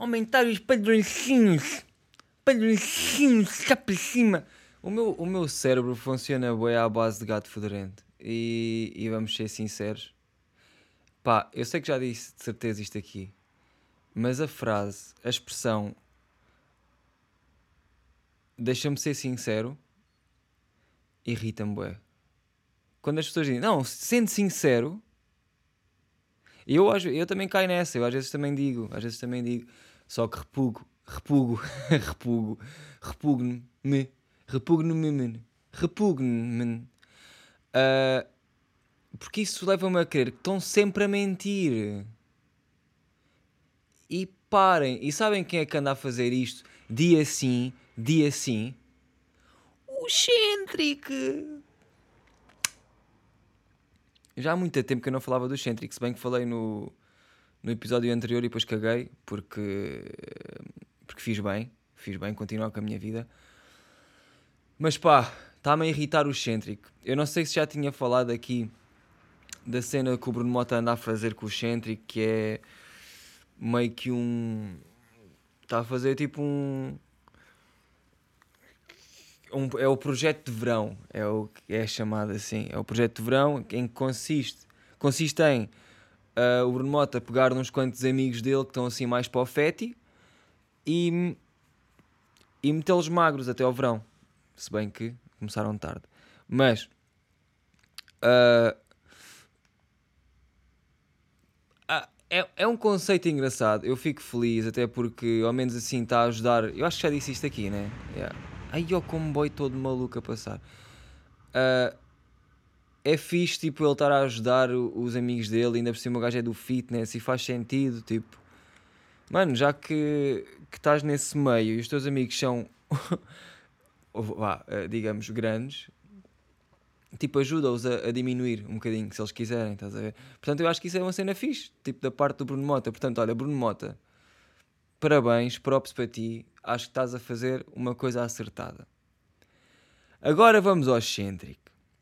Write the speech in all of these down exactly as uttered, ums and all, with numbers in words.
aumentar os padrõezinhos, padrõezinhos, cá para cima. O meu, o meu cérebro funciona bué à base de gato fedorento. E, e vamos ser sinceros. Pá, eu sei que já disse de certeza isto aqui. Mas a frase, a expressão, deixa-me ser sincero, irrita-me bué. Quando as pessoas dizem, não, sendo sincero, eu, eu também caio nessa, eu às vezes também digo, às vezes também digo, só que repugo, repugo, repugo, repugno-me, repugno-me, repugno-me, uh, porque isso leva-me a crer que estão sempre a mentir. E parem, e sabem quem é que anda a fazer isto dia sim, dia sim? O Centric! Já há muito tempo que eu não falava do Centric, se bem que falei no, no episódio anterior e depois caguei, porque, porque fiz bem, fiz bem, continuar com a minha vida. Mas pá, está-me a irritar o Centric. Eu não sei se já tinha falado aqui da cena que o Bruno Mota anda a fazer com o Centric, que é meio que um... Está a fazer tipo um... Um, é o projeto de verão, é o que é chamado assim. É o projeto de verão em que consiste, consiste em uh, o Bruno Mota pegar uns quantos amigos dele que estão assim mais para o feti e, e metê-los magros até ao verão. Se bem que começaram tarde. Mas uh, uh, é, é um conceito engraçado. Eu fico feliz, até porque ao menos assim está a ajudar. Eu acho que já disse isto aqui, né? Yeah. Ai, ó, comboio todo maluco a passar. Uh, é fixe, tipo, ele estar a ajudar os amigos dele, ainda por cima o gajo é do fitness e faz sentido, tipo... Mano, já que, que estás nesse meio e os teus amigos são, vá, digamos, grandes, tipo, ajuda-os a, a diminuir um bocadinho, se eles quiserem, estás a ver? Portanto, eu acho que isso é uma cena fixe, tipo, da parte do Bruno Mota. Portanto, olha, Bruno Mota, parabéns, props para ti, acho que estás a fazer uma coisa acertada. Agora vamos ao Centric.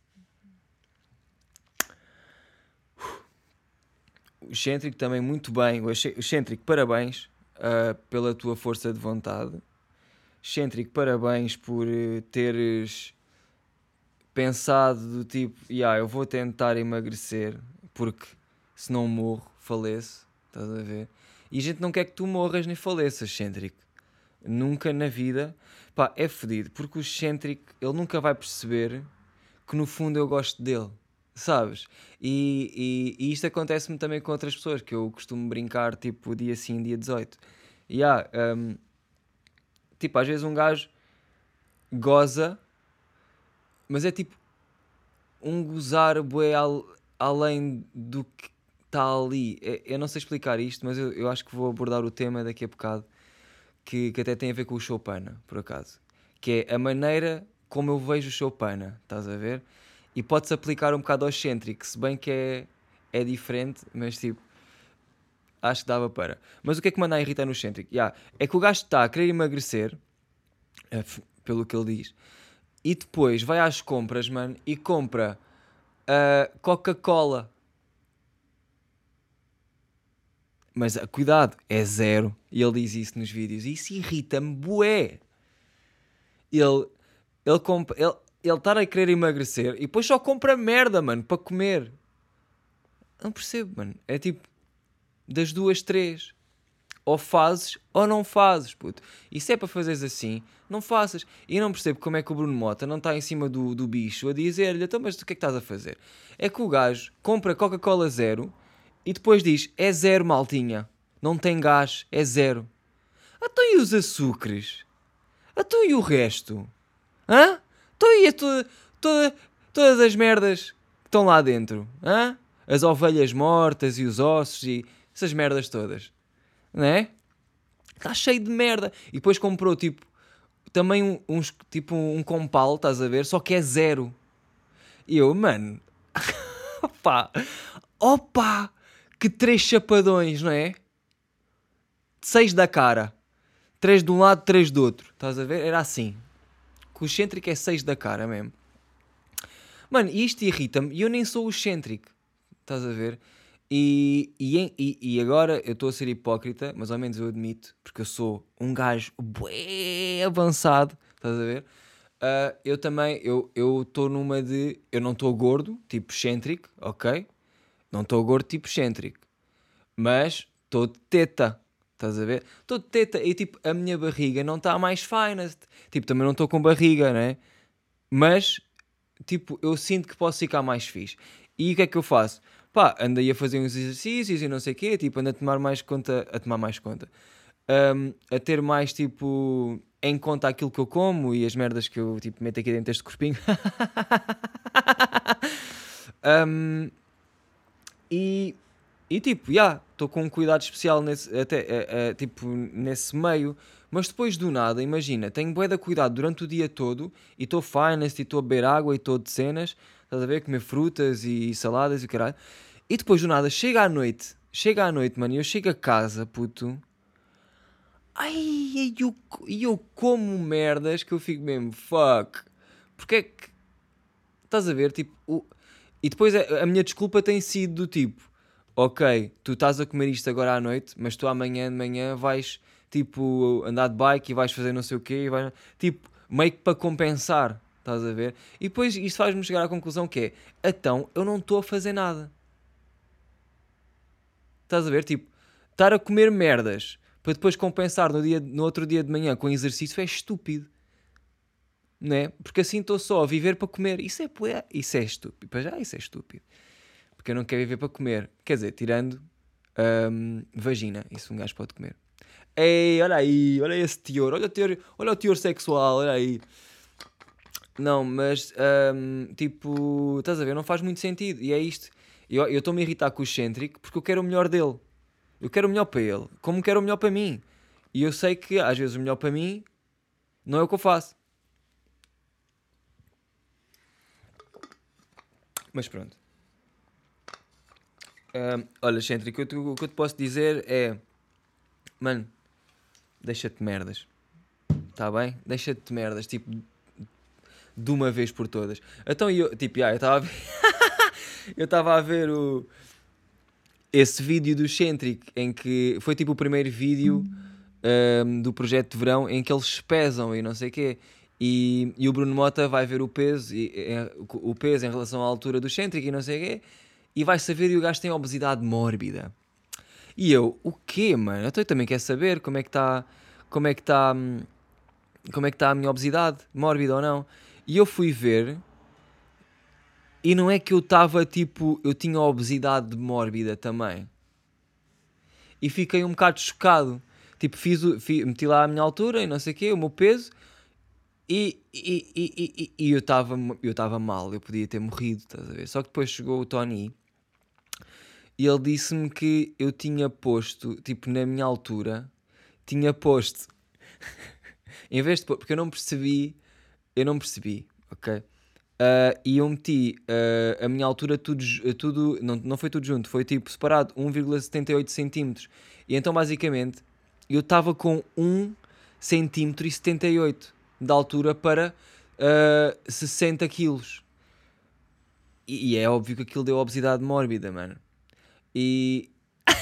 O Centric também muito bem. O Centric, parabéns uh, pela tua força de vontade. Centric, parabéns por uh, teres pensado do tipo, yeah, eu vou tentar emagrecer porque se não morro, faleço. Estás a ver? E a gente não quer que tu morras nem faleças, Centric. Nunca na vida. Pá, é fedido, porque o Centric, ele nunca vai perceber que no fundo eu gosto dele, sabes? E, e, e isto acontece-me também com outras pessoas, que eu costumo brincar, tipo, dia sim, dia dezoito. E yeah, um, tipo, às vezes um gajo goza, mas é tipo um gozar bué al, além do que está ali. Eu não sei explicar isto, mas eu, eu acho que vou abordar o tema daqui a bocado, que, que até tem a ver com o Choupana, por acaso. Que é a maneira como eu vejo o Choupana, estás a ver? E pode-se aplicar um bocado ao Centric, se bem que é, é diferente, mas tipo, acho que dava para. Mas o que é que me anda a irritar no Centric? Yeah, é que o gajo está a querer emagrecer, é, pelo que ele diz, e depois vai às compras, mano, e compra uh, Coca-Cola. Mas uh, cuidado, é zero. E ele diz isso nos vídeos. E isso irrita-me bué. Ele, ele compra... Ele, ele estar a querer emagrecer e depois só compra merda, mano, para comer. Não percebo, mano. É tipo, das duas, três. Ou fazes ou não fazes, puto. E se é para fazeres assim, não faças. E não percebo como é que o Bruno Mota não está em cima do, do bicho a dizer-lhe, então, mas o que é que estás a fazer? É que o gajo compra Coca-Cola zero e depois diz, é zero, maltinha. Não tem gás, é zero. Então e os açúcares? Então e o resto? Hã? Então e a to- toda, todas as merdas que estão lá dentro? Hã? As ovelhas mortas e os ossos e essas merdas todas. Não é? Está cheio de merda. E depois comprou tipo também uns, tipo um compal, estás a ver? Só que é zero. E eu, mano, opa, opa, que três chapadões, não é? Seis da cara. Três de um lado, três do outro. Estás a ver? Era assim. Que o excêntrico é seis da cara mesmo. Mano, isto irrita-me. E eu nem sou o excêntrico. Estás a ver? E, e, em- e- e agora eu estou a ser hipócrita, mas ao menos eu admito, porque eu sou um gajo bué avançado, estás a ver? Ah, eu também, eu eu estou numa de, eu não estou gordo, tipo excêntrico, ok? Não estou gordo, tipo excêntrico, mas estou de teta, estás a ver? Estou de teta e tipo, a minha barriga não está mais finest, tipo, também não estou com barriga, né? Mas tipo, eu sinto que posso ficar mais fixe. E o que é que eu faço? Pá, ando aí a fazer uns exercícios e não sei o quê, tipo, ando a tomar mais conta, a tomar mais conta, Hum, a ter mais, tipo, em conta aquilo que eu como e as merdas que eu, tipo, meto aqui dentro deste corpinho. Hum, e, e, tipo, já, estou com um cuidado especial nesse, até, eh, eh, tipo, nesse meio. Mas depois do nada, imagina, tenho bué de cuidado durante o dia todo e estou finest e estou a beber água e estou de cenas, estás a ver? Comer frutas e saladas e o caralho. E depois do nada, chega à noite, chega à noite, mano, e eu chego a casa, puto. Ai, e eu, e eu como merdas que eu fico mesmo, fuck. Porque é que, estás a ver, tipo, o- e depois a, a minha desculpa tem sido do tipo, ok, tu estás a comer isto agora à noite, mas tu amanhã de manhã vais, tipo, andar de bike e vais fazer não sei o quê, e vais, tipo, meio que para compensar, estás a ver? E depois isto faz-me chegar à conclusão que é, então eu não estou a fazer nada, estás a ver? Tipo, estar a comer merdas para depois compensar no, dia, no outro dia de manhã com exercício é estúpido, não é? Porque assim estou só a viver para comer, isso é, poé- isso é estúpido, para já isso é estúpido. Porque eu não quero viver para comer. Quer dizer, tirando hum, vagina, isso um gajo pode comer. Ei, olha aí, olha esse teor, olha o teor, olha o teor sexual, olha aí. Não, mas hum, tipo, estás a ver, não faz muito sentido. E é isto. Eu eu estou-me a irritar com o excêntrico porque eu quero o melhor dele. Eu quero o melhor para ele, como quero o melhor para mim. E eu sei que às vezes o melhor para mim não é o que eu faço. Mas pronto. Hum, olha, excêntrico, o que eu te o que eu te posso dizer é, mano, deixa-te de merdas. Tá bem? Deixa-te de merdas, tipo, de uma vez por todas. Então eu, tipo, yeah, eu estava a ver, eu estava a ver o, esse vídeo do Centric, em que foi tipo o primeiro vídeo ahm, do projeto de verão em que eles se pesam e não sei o quê. E, e o Bruno Mota vai ver o peso, e, é, o peso em relação à altura do Centric e não sei o quê, e vai saber e o gajo tem obesidade mórbida. E eu, o quê, mano? Então eu também quero saber como é que está, como é que está, hum, como é que está a minha obesidade, mórbida ou não. E eu fui ver, e não é que eu estava tipo, eu tinha obesidade mórbida também. E fiquei um bocado chocado. Tipo, fiz, o- fi- meti lá a minha altura e não sei o quê, o meu peso, e, e, e, e, e- e eu estava eu estava mal, eu podia ter morrido, estás a ver? Só que depois chegou o Tony e ele disse-me que eu tinha posto, tipo, na minha altura, tinha posto, em vez de pôr, porque eu não percebi, eu não percebi, ok? Ah, e eu meti ah, a minha altura tudo, ju- tudo não, não foi tudo junto, foi tipo separado um vírgula setenta e oito centímetros. E então basicamente eu estava com um centímetro e setenta e oito de altura para ah, sessenta quilos. E, e é óbvio que aquilo deu obesidade mórbida, mano. E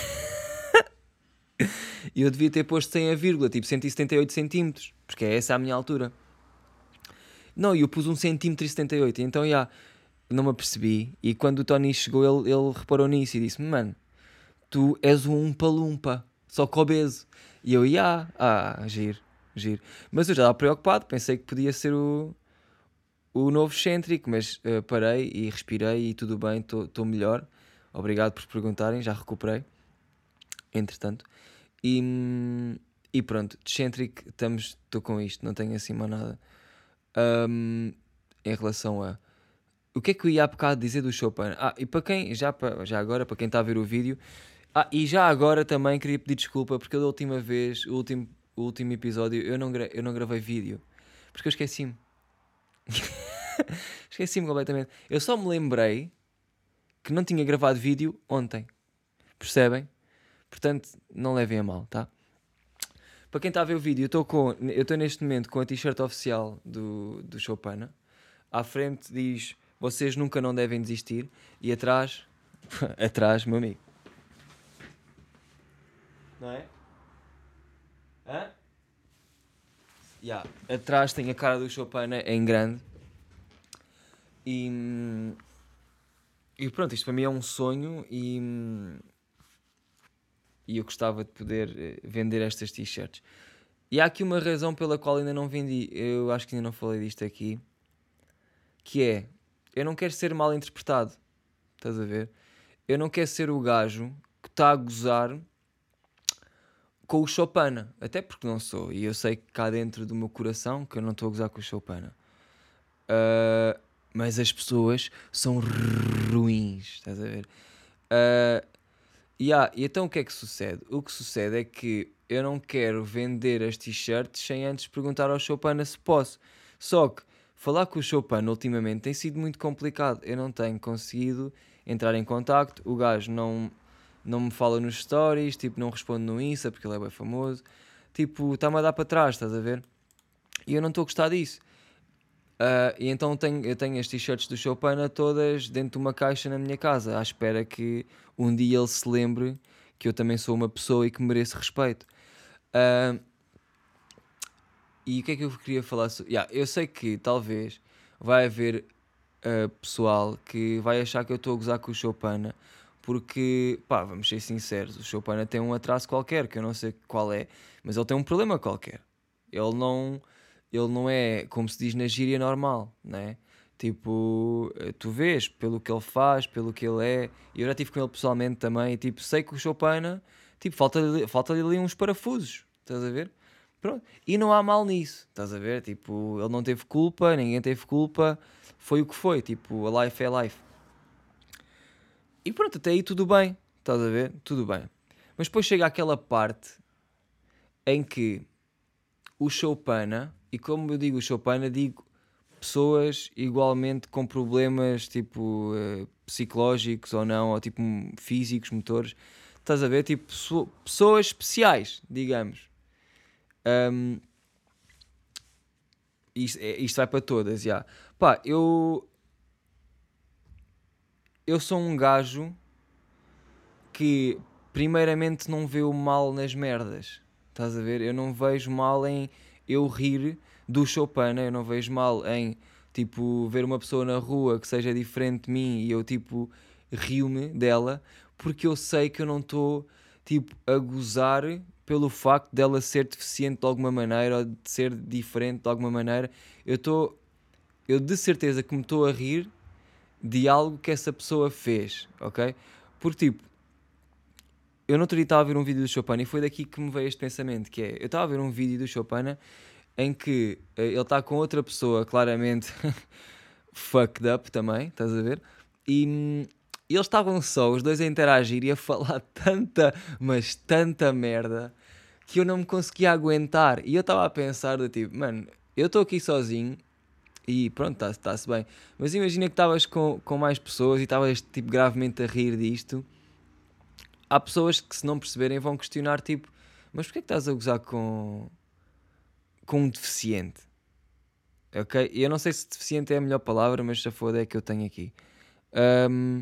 eu devia ter posto sem a vírgula, tipo cento e setenta e oito centímetros, porque é essa a minha altura. Não, e eu pus um centímetro e setenta e oito, então já, não me apercebi. E quando o Tony chegou, ele, ele reparou nisso e disse-me: Mano, tu és um umpa-lumpa, só que obeso. E eu, ia, ah, giro, giro. Mas eu já estava preocupado, pensei que podia ser o, o novo excêntrico, mas eh, parei e respirei e tudo bem, estou melhor. Obrigado por perguntarem, já recuperei, entretanto. E, hum, e pronto, de excêntrico, estamos, estou com isto, não tenho assim mais nada. Hum, em relação a. O que é que eu ia há bocado dizer do Chopin? Ah, e para quem, já, pa- já agora, para quem está a ver o vídeo, ah, e já agora também queria pedir desculpa porque da última vez, o último, o último episódio, eu não, gra- eu não gravei vídeo. Porque eu esqueci-me. Esqueci-me completamente. Eu só me lembrei que não tinha gravado vídeo ontem. Percebem? Portanto, não levem a mal, tá? Para quem está a ver o vídeo, eu estou com, eu estou neste momento com a t-shirt oficial do, do Chopin. À frente diz: Vocês nunca não devem desistir. E atrás, atrás, meu amigo. não é? Hã? Yeah. Atrás tem a cara do Chopin em grande. E, e pronto, isto para mim é um sonho e, e eu gostava de poder vender estas t-shirts. E há aqui uma razão pela qual ainda não vendi, eu acho que ainda não falei disto aqui, que é, eu não quero ser mal interpretado, estás a ver? Eu não quero ser o gajo que está a gozar com o Chopin, até porque não sou, e eu sei que cá dentro do meu coração que eu não estou a gozar com o Chopin. Uh, mas as pessoas são ruins, estás a ver? Uh, yeah, e então o que é que sucede? O que sucede é que eu não quero vender as t-shirts sem antes perguntar ao Chopin se posso. Só que falar com o Chopin ultimamente tem sido muito complicado. Eu não tenho conseguido entrar em contacto. O gajo não, não me fala nos stories, tipo, não responde no Insta porque ele é bem famoso. Tipo, está-me a dar para trás, estás a ver? E eu não estou a gostar disso. Uh, e então tenho, eu tenho as t-shirts do Chopin todas dentro de uma caixa na minha casa, à espera que um dia ele se lembre que eu também sou uma pessoa e que mereço respeito. Uh, e o que é que eu queria falar sobre? Yeah, eu sei que talvez vai haver uh, pessoal que vai achar que eu estou a gozar com o Chopin, porque, pá, vamos ser sinceros, o Chopin tem um atraso qualquer, que eu não sei qual é, mas ele tem um problema qualquer. Ele não... Ele não é, como se diz na gíria, normal, né? Tipo, tu vês pelo que ele faz, pelo que ele é. E eu já estive com ele pessoalmente também. E, tipo, sei que o Chopin, tipo, falta-lhe falta ali uns parafusos, estás a ver? Pronto. E não há mal nisso, estás a ver? Tipo, ele não teve culpa, ninguém teve culpa. Foi o que foi, tipo, a life é life. E pronto, até aí tudo bem, estás a ver? Tudo bem. Mas depois chega aquela parte em que o Chopin, e como eu digo o Chopin, digo pessoas igualmente com problemas tipo uh, psicológicos ou não, ou tipo físicos, motores, estás a ver? Tipo pessoa, pessoas especiais, digamos. Um, isto, é, isto vai para todas, já. Pá, eu eu sou um gajo que primeiramente não vê o mal nas merdas. Estás a ver? Eu não vejo mal em eu rir do Chopin, eu não vejo mal em tipo ver uma pessoa na rua que seja diferente de mim e eu tipo rio-me dela, porque eu sei que eu não estou tipo a gozar pelo facto dela ser deficiente de alguma maneira ou de ser diferente de alguma maneira. Eu estou eu de certeza que me estou a rir de algo que essa pessoa fez, ok? Porque tipo, eu no outro dia estava a ver um vídeo do Chopin e foi daqui que me veio este pensamento, que é, eu estava a ver um vídeo do Chopin em que uh, ele está com outra pessoa, claramente fucked up também, estás a ver? E hum, eles estavam só, os dois a interagir e a falar tanta, mas tanta merda, que eu não me conseguia aguentar. E eu estava a pensar, do tipo, mano, eu estou aqui sozinho e pronto, está-se tá bem. Mas imagina que estavas com, com mais pessoas e estavas tipo gravemente a rir disto. Há pessoas que se não perceberem vão questionar tipo, mas porquê é que estás a gozar com, com um deficiente? Ok? E eu não sei se deficiente é a melhor palavra, mas já foda é que eu tenho aqui. Um,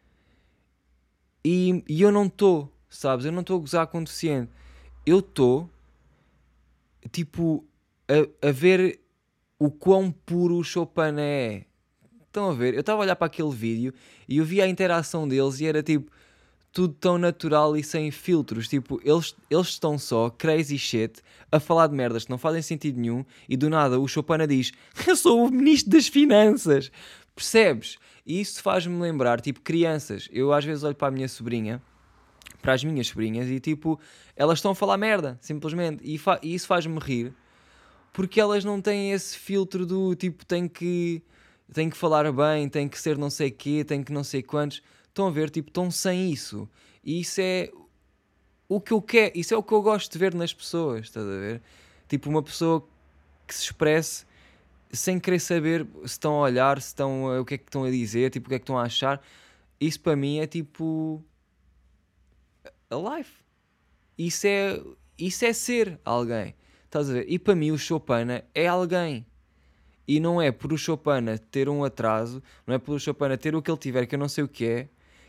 e, e eu não estou, sabes? Eu não estou a gozar com um deficiente. Eu estou, tipo, a, a ver o quão puro o Chopin é. Estão a ver? Eu estava a olhar para aquele vídeo e eu vi a interação deles e era tipo tudo tão natural e sem filtros. Tipo, eles, eles estão só, crazy shit, a falar de merdas que não fazem sentido nenhum e do nada o Chopin diz eu sou o ministro das finanças. Percebes? E isso faz-me lembrar, tipo, crianças. Eu às vezes olho para a minha sobrinha, para as minhas sobrinhas e tipo, elas estão a falar merda, simplesmente. E, fa- e isso faz-me rir porque elas não têm esse filtro do tipo, tem que, tem que falar bem, tem que ser não sei quê, tem que não sei quantos. Estão a ver, tipo, estão sem isso. E isso é o que eu quero, isso é o que eu gosto de ver nas pessoas, estás a ver? Tipo, uma pessoa que se expresse sem querer saber se estão a olhar, se estão a, o que é que estão a dizer, tipo, o que é que estão a achar. Isso para mim é tipo a life. Isso é, isso é ser alguém. Estás a ver? E para mim o Chopin é alguém. E não é por o Chopin ter um atraso, não é por o Chopin ter o que ele tiver, que eu não sei o que é,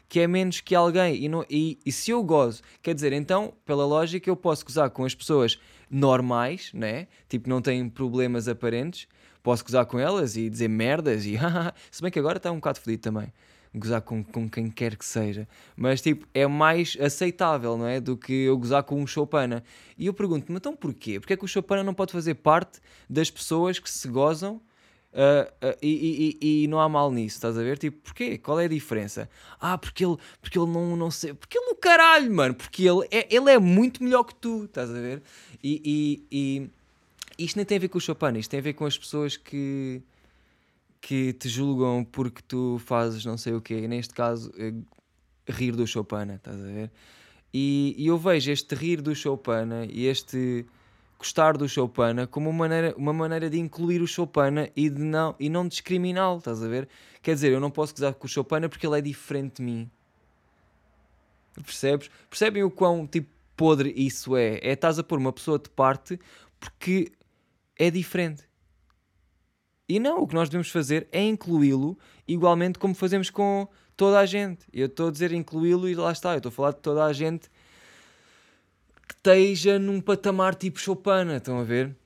que é menos que alguém. E, não, e, e se eu gozo, quer dizer, então, pela lógica, eu posso gozar com as pessoas normais, né? Tipo, não têm problemas aparentes. Posso gozar com elas e dizer merdas e se bem que agora está um bocado fodido também. Gozar com, com quem quer que seja. Mas, tipo, é mais aceitável, não é? Do que eu gozar com um choupana. E eu pergunto-me, então porquê? Porquê é que o choupana não pode fazer parte das pessoas que se gozam uh, uh, e, e, e, e não há mal nisso, estás a ver? Tipo, porquê? Qual é a diferença? Ah, porque ele, porque ele não, não sei... Porque ele no caralho, mano! Porque ele é, ele é muito melhor que tu, estás a ver? E... e, e isto nem tem a ver com o choupana, isto tem a ver com as pessoas que que te julgam porque tu fazes não sei o quê, neste caso, eh, rir do choupana, estás a ver? E, e eu vejo este rir do choupana e este gostar do choupana como uma maneira, uma maneira de incluir o choupana e, de não, e não discriminá-lo, estás a ver? Quer dizer, eu não posso gozar com o choupana porque ele é diferente de mim. Percebes? Percebem o quão tipo podre isso é? É estás a pôr uma pessoa de parte porque é diferente. E não, o que nós devemos fazer é incluí-lo igualmente como fazemos com toda a gente. Eu estou a dizer incluí-lo e lá está, eu estou a falar de toda a gente que esteja num patamar tipo choupana, estão a ver?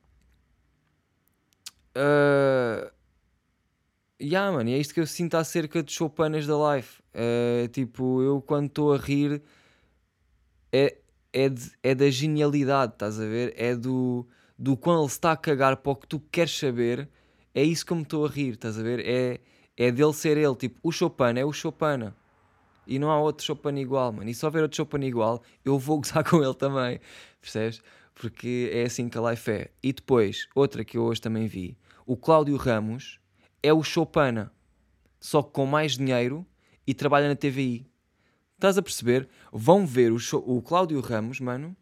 Uh... Yeah, mano, e é isto que eu sinto acerca de choupanas da life. Uh, tipo, eu quando estou a rir é, é, de- é da genialidade, estás a ver? É do, do quando ele se está a cagar para o que tu queres saber. É isso que eu me estou a rir, estás a ver? É, é dele ser ele. Tipo, o Chopin é o Chopin. E não há outro Chopin igual, mano. E se houver outro Chopin igual, eu vou gozar com ele também. Percebes? Porque é assim que a life é. E depois, outra que eu hoje também vi. O Cláudio Ramos é o Chopin, só que com mais dinheiro e trabalha na T V I. Estás a perceber? Vão ver o, Cho- o Cláudio Ramos, mano,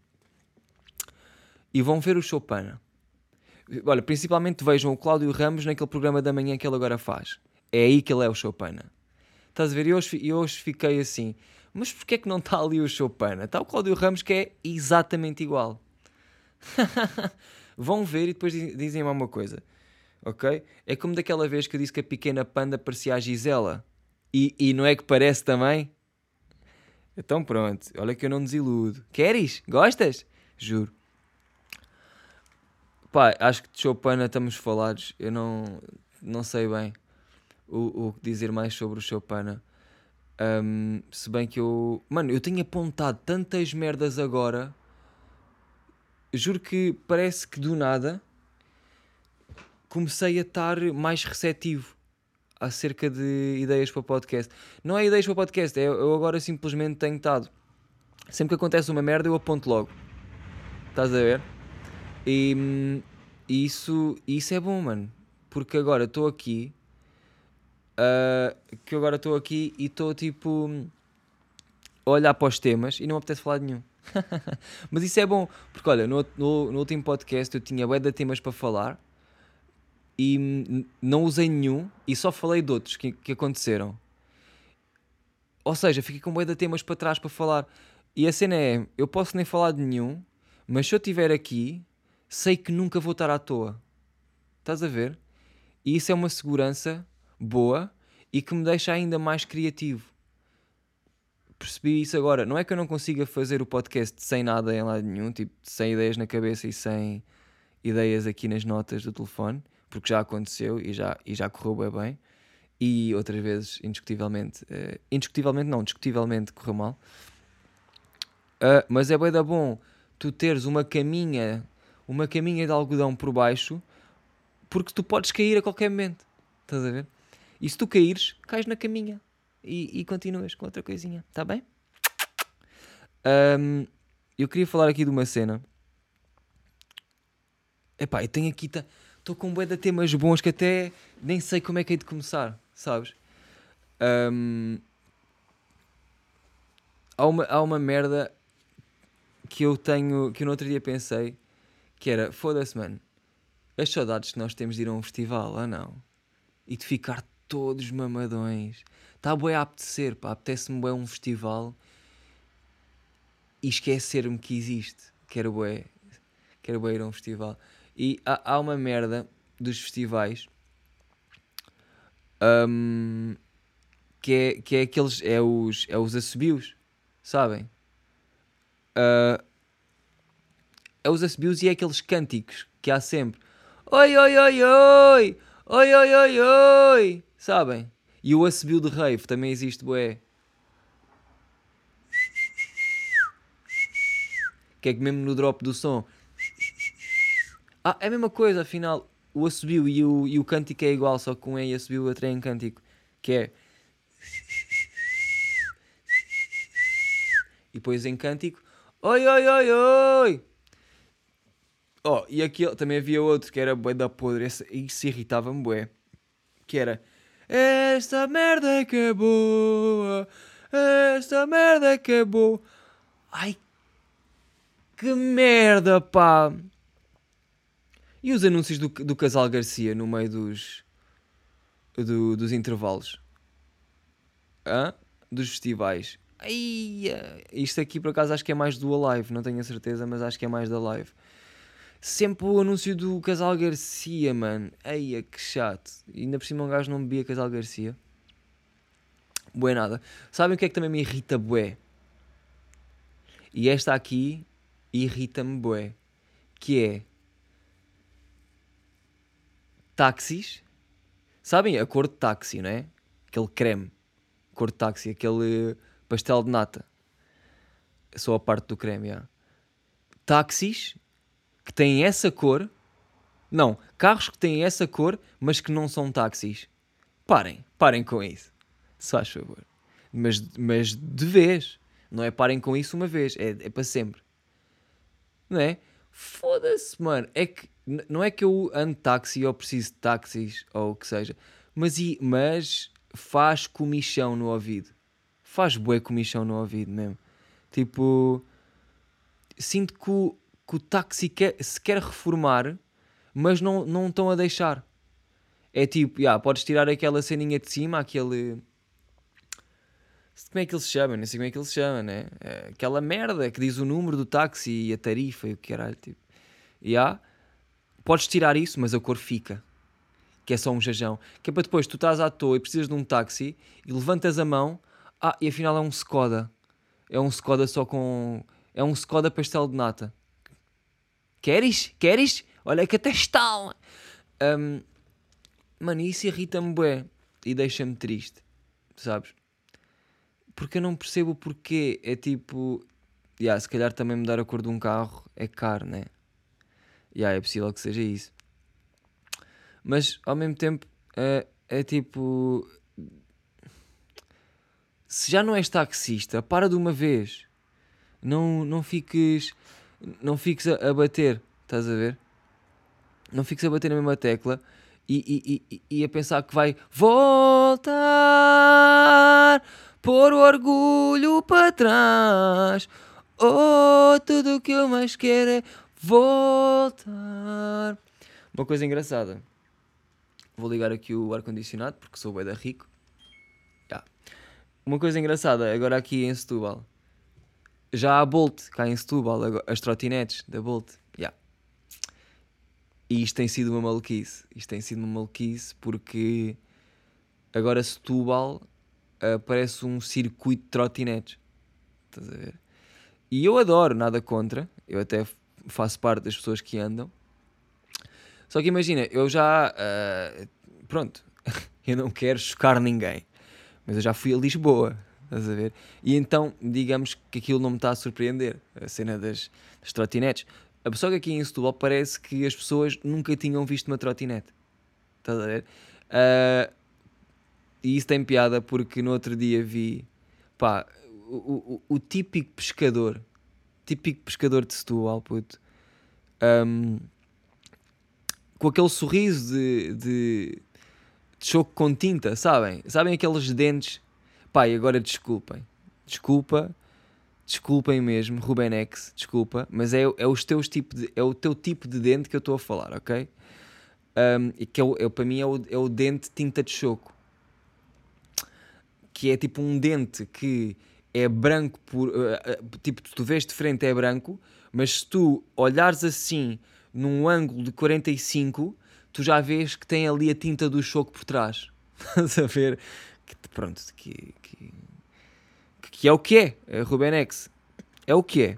e vão ver o Chopin. Olha, principalmente vejam o Cláudio Ramos naquele programa da manhã que ele agora faz. É aí que ele é o Chopin. Estás a ver? E hoje, fi- e hoje fiquei assim, mas porquê é que não está ali o Chopin? Está o Cláudio Ramos que é exatamente igual. Vão ver e depois di- dizem-me uma coisa, ok? É como daquela vez que eu disse que a pequena panda parecia a Gisela. E, e não é que parece também? Então pronto, olha que eu não desiludo. Queres? Gostas? Juro. Pá, acho que de Chopin estamos falados. Eu não, não sei bem o, o que dizer mais sobre o Chopin. Um, se bem que eu... Mano, eu tenho apontado tantas merdas agora. Juro que parece que do nada comecei a estar mais receptivo acerca de ideias para podcast. Não é ideias para podcast, é eu agora simplesmente tenho estado. Sempre que acontece uma merda eu aponto logo. Estás a ver? E, hum, isso, isso é bom, mano. Porque agora estou aqui. ah, que eu agora estou aqui e estou tipo a olhar para os temas e não me apetece falar de nenhum. Mas isso é bom, porque olha, no, no, no último podcast eu tinha bué de temas para falar e hum, não usei nenhum e só falei de outros que, que aconteceram. Ou seja, fiquei com bué de temas para trás para falar. E a cena é, eu posso nem falar de nenhum, mas se eu estiver aqui, sei que nunca vou estar à toa. Estás a ver? E isso é uma segurança boa e que me deixa ainda mais criativo. Percebi isso agora. Não é que eu não consiga fazer o podcast sem nada em lado nenhum, tipo, sem ideias na cabeça e sem ideias aqui nas notas do telefone, porque já aconteceu e já, e já correu bem bem. E outras vezes, indiscutivelmente, uh, indiscutivelmente não, discutivelmente correu mal. Uh, mas é bué da bom tu teres uma caminha, uma caminha de algodão por baixo, porque tu podes cair a qualquer momento. Estás a ver? E se tu caíres, cais na caminha e, e continuas com outra coisinha. Está bem? Um, eu queria falar aqui de uma cena. Epá, eu tenho aqui... Estou com um bué de temas bons que até nem sei como é que hei de começar, sabes? Um, há, uma, há uma merda que eu tenho... Que eu no outro dia pensei que era... Foda-se, mano. As saudades que nós temos de ir a um festival, ou não? E de ficar todos mamadões. Está bué a apetecer, pá. Apetece-me bué um festival e esquecer-me que existe. Quero bué. Quero bué ir a um festival. E há, há uma merda dos festivais. hum, que é, que é aqueles, é os, é os assobios, sabem? Uh, é os assobios e é aqueles cânticos que há sempre. Oi, oi, oi, oi, oi, oi, oi, oi, sabem? E o assobio de rave também existe, bué. Que é que mesmo no drop do som. Ah, é a mesma coisa, afinal. O assobio e o, e o cântico é igual, só que um é em assobio e o outro é em cântico. Que é... E depois em cântico... Oi, oi, oi, oi! Oh, e aqui também havia outro que era bué da podre. Esse, isso irritava-me bué. Que era... Esta merda é que é boa! Esta merda é que é boa! Ai, que merda, pá! E os anúncios do, do Casal Garcia no meio dos... Do, dos intervalos? Hã? Dos festivais. Ai, isto aqui por acaso acho que é mais do Alive, não tenho a certeza, mas acho que é mais da Live. Sempre o anúncio do Casal Garcia, mano. Ai, que chato. E ainda por cima um gajo não bebia Casal Garcia. Bué nada. Sabem o que é que também me irrita bué? E esta aqui irrita-me bué. Que é... táxis. Sabem a cor de táxi, não é? Aquele creme. Cor de táxi. Aquele pastel de nata. Só a parte do creme, já. Táxis que têm essa cor. Não, carros que têm essa cor, mas que não são táxis. Parem, parem com isso. Se faz favor. Mas, mas de vez. Não é parem com isso uma vez. É, é para sempre. Não é? Foda-se, mano. É que, n- não é que eu ando táxi ou preciso de táxis ou o que seja. Mas, e, mas faz comichão no ouvido. Faz bué comichão no ouvido mesmo. Tipo... Sinto que o, que o táxi quer, se quer reformar, mas não, não estão a deixar. É tipo, yeah, podes tirar aquela ceninha de cima, aquele... Como é que ele se chama? Nem sei como é que ele se chama, né? É aquela merda que diz o número do táxi e a tarifa e o que caralho, tipo. Yeah, podes tirar isso, mas a cor fica. Que é só um jajão. Que é para depois, tu estás à toa e precisas de um táxi e levantas a mão, ah, e afinal é um Skoda. É um Skoda só com... É um Skoda pastel de nata. Queres? Queres? Olha que até estão. Um, mano, isso irrita-me bué. E deixa-me triste. Sabes? Porque eu não percebo o porquê. É tipo... Yeah, se calhar também mudar a cor de um carro é caro, né? Yeah, é possível que seja isso. Mas, ao mesmo tempo, é, é tipo... Se já não és taxista, para de uma vez. Não, não fiques... Não fiques a, a bater. Estás a ver? Não fiques a bater na mesma tecla e, e, e, e a pensar que vai voltar, pôr o orgulho para trás. Oh, tudo o que eu mais quero é voltar. Uma coisa engraçada. Vou ligar aqui o ar-condicionado porque sou bué da rico. Yeah. Uma coisa engraçada, agora aqui em Setúbal. Já há Bolt cá em Setúbal, agora- as trotinetes da Bolt. Yeah. E isto tem sido uma maluquice. Isto tem sido uma maluquice porque agora Setúbal uh, parece um circuito de trotinetes. Estás a ver? E eu adoro, nada contra. Eu até faço parte das pessoas que andam. Só que imagina, eu já... Uh, pronto. Eu não quero chocar ninguém. Mas eu já fui a Lisboa. Estás a ver? E então, digamos que aquilo não me está a surpreender. A cena das, das trotinetes. A pessoa que aqui em Setúbal parece que as pessoas nunca tinham visto uma trotinete. Estás a ver? Uh, e isso tem piada porque no outro dia vi... Pá, o, o, o típico pescador. Típico pescador de Setúbal, puto. Um, com aquele sorriso de, de, de choco com tinta, sabem? Sabem aqueles dentes... Pá, e agora desculpem. Desculpa... Desculpem mesmo, Rubenex, desculpa, mas é, é, os teus tipo de, é o teu tipo de dente que eu estou a falar, ok? Um, e que é, o- é, para mim é o, é o dente tinta de choco. Que é tipo um dente que é branco, por, uh, uh, tipo, tu vês de frente é branco, mas se tu olhares assim num ângulo de quarenta e cinco, tu já vês que tem ali a tinta do choco por trás. Estás a ver? que pronto, que, que, que é o que é, a Rubenex, é o que é.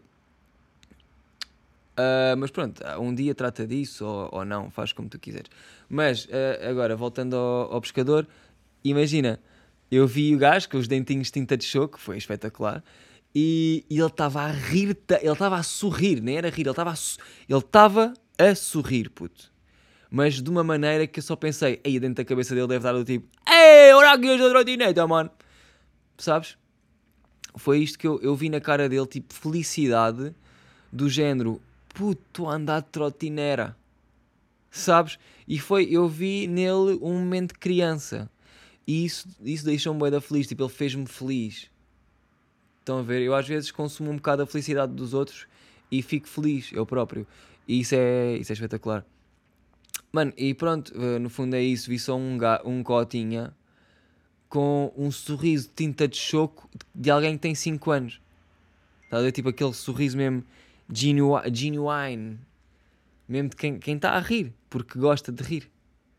Uh, mas pronto, um dia trata disso ou, ou não, faz como tu quiseres. Mas uh, agora, voltando ao, ao pescador, imagina, eu vi o gajo com os dentinhos de tinta de choco, foi espetacular, e, e ele estava a rir, ele estava a sorrir, nem era a rir, ele estava a, ele estava a sorrir, puto. Mas de uma maneira que eu só pensei, aí dentro da cabeça dele deve dar do tipo, ei, olha aqui esta trotineta, mano. Sabes? Foi isto que eu, eu vi na cara dele, tipo, felicidade, do género, puto, estou a andar de trotinera. Sabes? E foi, eu vi nele um momento de criança. E isso, isso deixou-me bué da feliz, tipo, ele fez-me feliz. Estão a ver? Eu às vezes consumo um bocado a felicidade dos outros e fico feliz, eu próprio. E isso é, isso é espetacular. Mano, e pronto, no fundo é isso. Vi só um, ga- um cotinha com um sorriso de tinta de choco de alguém que tem cinco anos. Está a ver? Tipo aquele sorriso mesmo genu- genuine. Mesmo de quem quem está a rir, porque gosta de rir.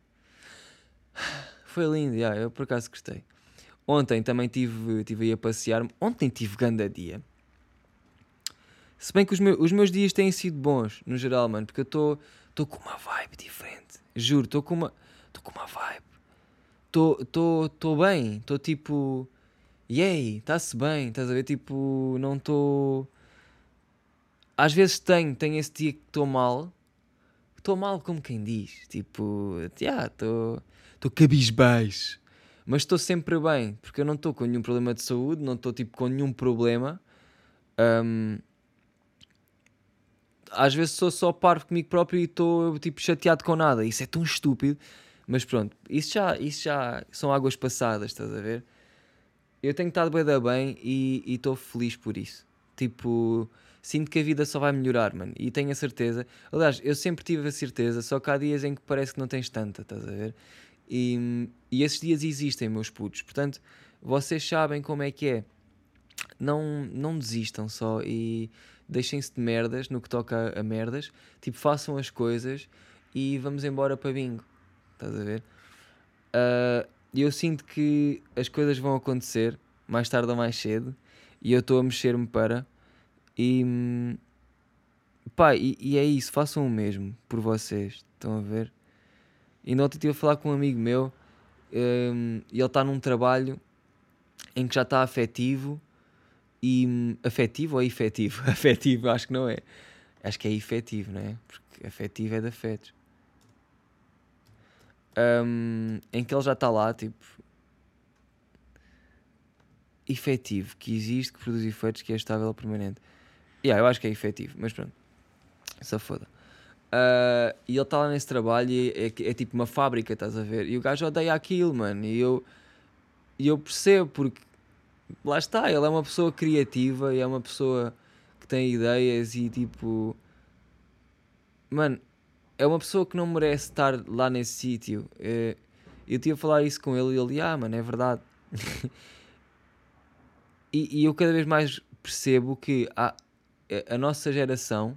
Foi lindo, yeah, eu por acaso gostei. Ontem também tive, tive aí a passear. Ontem tive ganda dia. Se bem que os, meus, os meus dias têm sido bons, no geral, mano, porque eu estou com uma vibe diferente. Juro, estou com uma estou com uma vibe. Estou bem, estou tipo, yay, está-se bem, estás a ver? Tipo, não estou. Às vezes tenho, tenho esse dia que estou mal. Estou mal como quem diz. Tipo, já, estou estou cabisbaixo. Mas estou sempre bem, porque eu não estou com nenhum problema de saúde, não estou tipo com nenhum problema. Ahm, às vezes sou só parvo comigo próprio e estou tipo chateado com nada. Isso é tão estúpido. Mas pronto, isso já, isso já são águas passadas, estás a ver? Eu tenho estado bem da bem e estou feliz por isso. Tipo, sinto que a vida só vai melhorar, mano. E tenho a certeza. Aliás, eu sempre tive a certeza, só que há dias em que parece que não tens tanta, estás a ver? E, e esses dias existem, meus putos. Portanto, vocês sabem como é que é. Não, não desistam só e deixem-se de merdas no que toca a, a merdas. Tipo, façam as coisas e vamos embora para bingo. Estás a ver? Ah, E eu sinto que as coisas vão acontecer mais tarde ou mais cedo e eu estou a mexer-me para e hum, pá, e, e é isso, façam o mesmo por vocês, estão a ver? E ontem estive a falar com um amigo meu hum, e ele está num trabalho em que já está afetivo e hum, afetivo ou efetivo? Afetivo, acho que não é. Acho que é efetivo, não é? Porque afetivo é de afetos. Hum, em que ele já está lá, tipo, efetivo, que existe, que produz efeitos, que é estável ou permanente. Yeah, eu acho que é efetivo, mas pronto, só foda. Ah, e ele está lá nesse trabalho e é, é, é tipo uma fábrica, estás a ver? E o gajo odeia aquilo, mano. E eu, e eu percebo, porque lá está, ele é uma pessoa criativa e é uma pessoa que tem ideias e tipo, mano, é uma pessoa que não merece estar lá nesse sítio. É, eu tive a falar isso com ele e ele, ah, mano, é verdade. E, e eu cada vez mais percebo que a, a nossa geração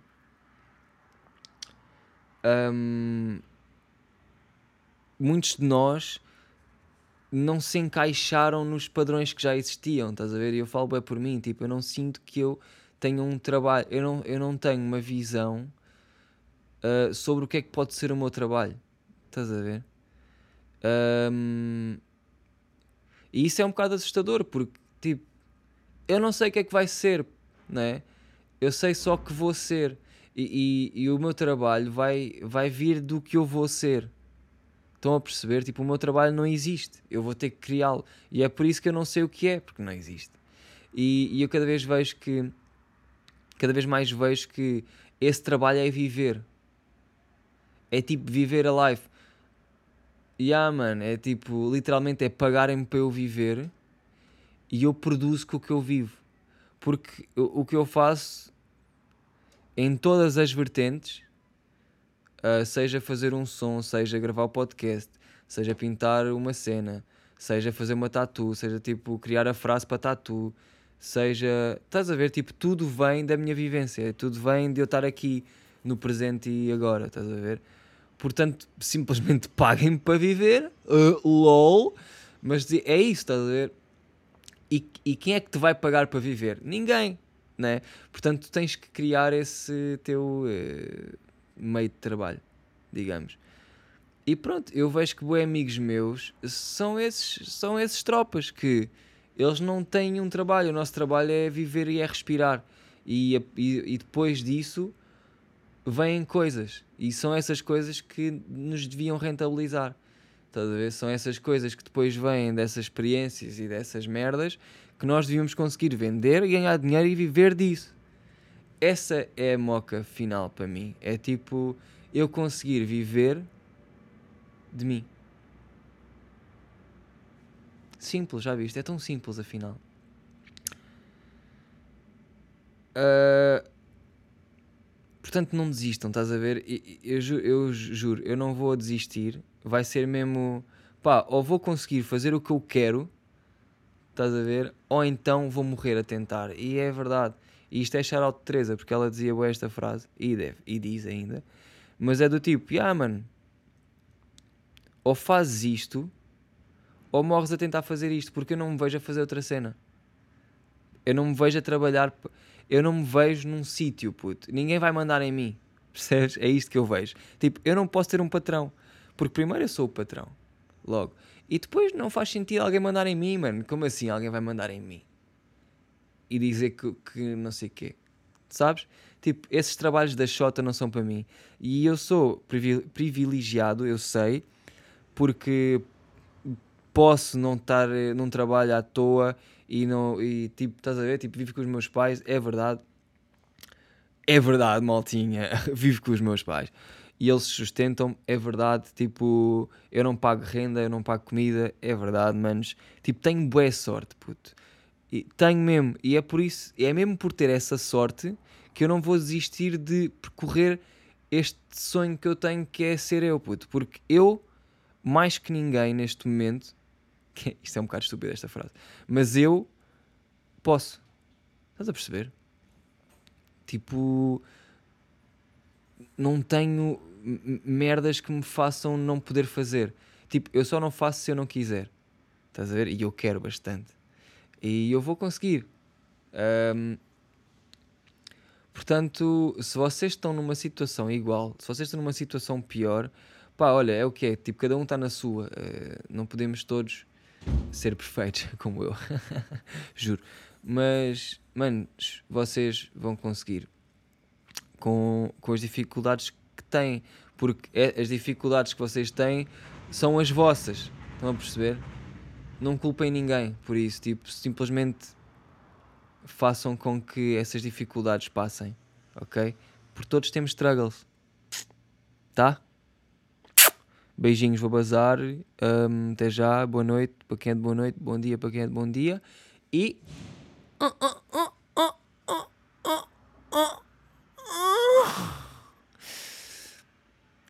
hum, muitos de nós não se encaixaram nos padrões que já existiam, estás a ver? E eu falo bem por mim, tipo, eu não sinto que eu tenho um trabalho, eu não, eu não tenho uma visão uh, sobre o que é que pode ser o meu trabalho, estás a ver? Um, e isso é um bocado assustador, porque, tipo, eu não sei o que é que vai ser, né? Eu sei só que vou ser, e, e, e o meu trabalho vai, vai vir do que eu vou ser. Estão a perceber? Tipo, o meu trabalho não existe. Eu vou ter que criá-lo. E é por isso que eu não sei o que é, porque não existe. E, e eu cada vez vejo que... Cada vez mais vejo que esse trabalho é viver. É tipo viver a life. E ah, mano, é tipo... Literalmente é pagarem-me para eu viver e eu produzo com o que eu vivo. Porque o, o que eu faço em todas as vertentes... Uh, seja fazer um som, seja gravar o podcast, seja pintar uma cena, seja fazer uma tatu, seja tipo criar a frase para tatu, seja, estás a ver, tipo, tudo vem da minha vivência, tudo vem de eu estar aqui no presente e agora, estás a ver? Portanto, simplesmente paguem-me para viver, uh, lol, Mas é isso, estás a ver? E, e quem é que te vai pagar para viver? Ninguém, né? Portanto, tu tens que criar esse teu uh, meio de trabalho, digamos. E pronto, eu vejo que bué amigos meus são esses, são esses tropas que eles não têm um trabalho. O nosso trabalho é viver e é respirar. E, e, e depois disso vêm coisas. E são essas coisas que nos deviam rentabilizar. Estás a ver? São essas coisas que depois vêm dessas experiências e dessas merdas que nós devíamos conseguir vender, ganhar dinheiro e viver disso. Essa é a moca final para mim. É tipo, eu conseguir viver de mim. Simples, já viste? É tão simples afinal. Uh, portanto, não desistam, estás a ver? Eu, eu, eu juro, eu não vou desistir. Vai ser mesmo, pá, ou vou conseguir fazer o que eu quero, estás a ver? Ou então vou morrer a tentar. E é verdade. E isto é shout-out de Teresa, porque ela dizia boa esta frase, e, deve, e diz ainda. Mas é do tipo, ah, mano, ou fazes isto, ou morres a tentar fazer isto, porque eu não me vejo a fazer outra cena. Eu não me vejo a trabalhar, eu não me vejo num sítio, puto. Ninguém vai mandar em mim, percebes? É isto que eu vejo. Tipo, eu não posso ter um patrão, porque primeiro eu sou o patrão, logo. E depois não faz sentido alguém mandar em mim, mano. Como assim alguém vai mandar em mim? E dizer que, que não sei o quê. Sabes? Tipo, esses trabalhos da Xota não são para mim. E eu sou privilegiado, eu sei, porque posso não estar num trabalho à toa e, não, e tipo, estás a ver? Tipo, vivo com os meus pais, é verdade. É verdade, maltinha. Vivo com os meus pais. E eles sustentam-me, é verdade. Tipo, eu não pago renda, eu não pago comida, é verdade, manos. Tipo, tenho boa sorte, puto. E tenho mesmo. E é por isso, é mesmo por ter essa sorte que eu não vou desistir de percorrer este sonho que eu tenho, que é ser eu, puto. Porque eu, mais que ninguém neste momento, que isto é um bocado estúpido esta frase, mas eu posso. Estás a perceber? Tipo, não tenho merdas que me façam não poder fazer. Tipo, eu só não faço se eu não quiser. Estás a ver? E eu quero bastante. E eu vou conseguir. Um, portanto, se vocês estão numa situação igual, se vocês estão numa situação pior, pá, olha, é o que é. Tipo, cada um está na sua. Uh, não podemos todos ser perfeitos, como eu. Juro. Mas, manos, vocês vão conseguir. Com, com as dificuldades que têm. Porque é, as dificuldades que vocês têm são as vossas. Estão a perceber? Não culpem ninguém por isso. Tipo, simplesmente façam com que essas dificuldades passem. Ok? Porque todos temos struggles. Tá? Beijinhos, vou bazar. Um, até já. Boa noite para quem é de boa noite. Bom dia para quem é de bom dia. E...